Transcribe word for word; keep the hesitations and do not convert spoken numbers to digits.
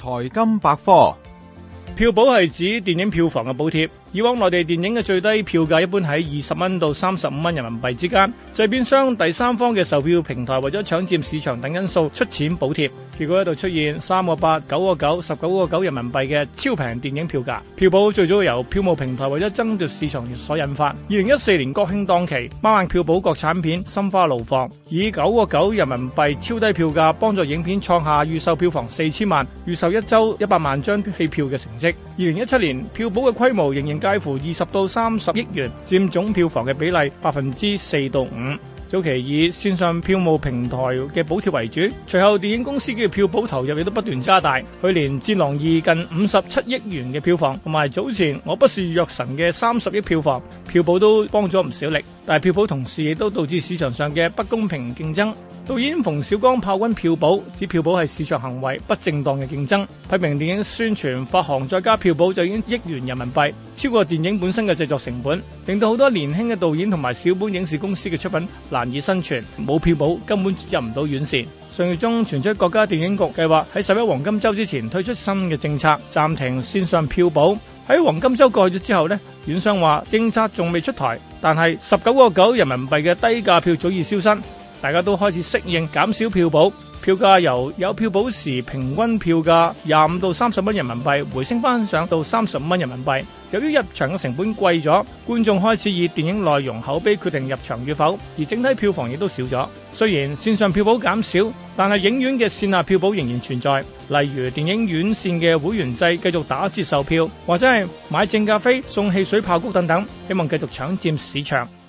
財金百科。 票補係指電影票房嘅補貼。以往內地電影嘅最低票價一般喺二十蚊到三十五蚊人民幣之間，製片商、第三方嘅售票平台為咗搶佔市場等因素出錢補貼，結果喺度出現三個八、九個九、十九個九人民幣嘅超平電影票價。票補最早由票務平台為咗爭奪市場所引發。二零一四年國慶檔期，孖硬票補國產片《心花怒放》，以九個九人民幣超低票價幫助影片創下預售票房四千萬、預售一週一百萬張戲票嘅成績。二零一七年票補嘅規模仍然介乎二十到三十億元，佔總票房嘅比例百分之四到五。早期以線上票務平台嘅補貼為主，隨後電影公司嘅票補投入亦都不斷加大。去年《戰狼二》近五十七億元嘅票房，同埋早前《我不是藥神》嘅三十億票房，票補都幫咗唔少力。但係票補同時亦都導致市場上嘅不公平競爭。導演馮小剛炮轟票補，指票補係市場行為不正當嘅競爭，批評電影宣傳發行再加票補就已經億元人民幣，超過電影本身嘅製作成本，令到好多年輕嘅導演同埋小本影視公司嘅出品難以生存，冇票補根本入唔到院線。上月中傳出國家電影局計劃喺十一黃金週之前推出新嘅政策，暫停線上票補。喺黃金週過去咗之後呢，院商話政策仲未出台，但係十九個九人民幣嘅低價票早已消失。大家都開始適應減少票補，票價由有票補時平均票價廿五到三十蚊人民幣回升翻上到三十五蚊人民幣。由於入場嘅成本貴咗，觀眾開始以電影內容口碑決定入場與否，而整體票房亦都少咗。雖然線上票補減少，但係影院嘅線下票補仍然存在，例如電影院線嘅會員制繼續打折售票，或者係買正價飛送汽水爆谷等等，希望繼續搶佔市場。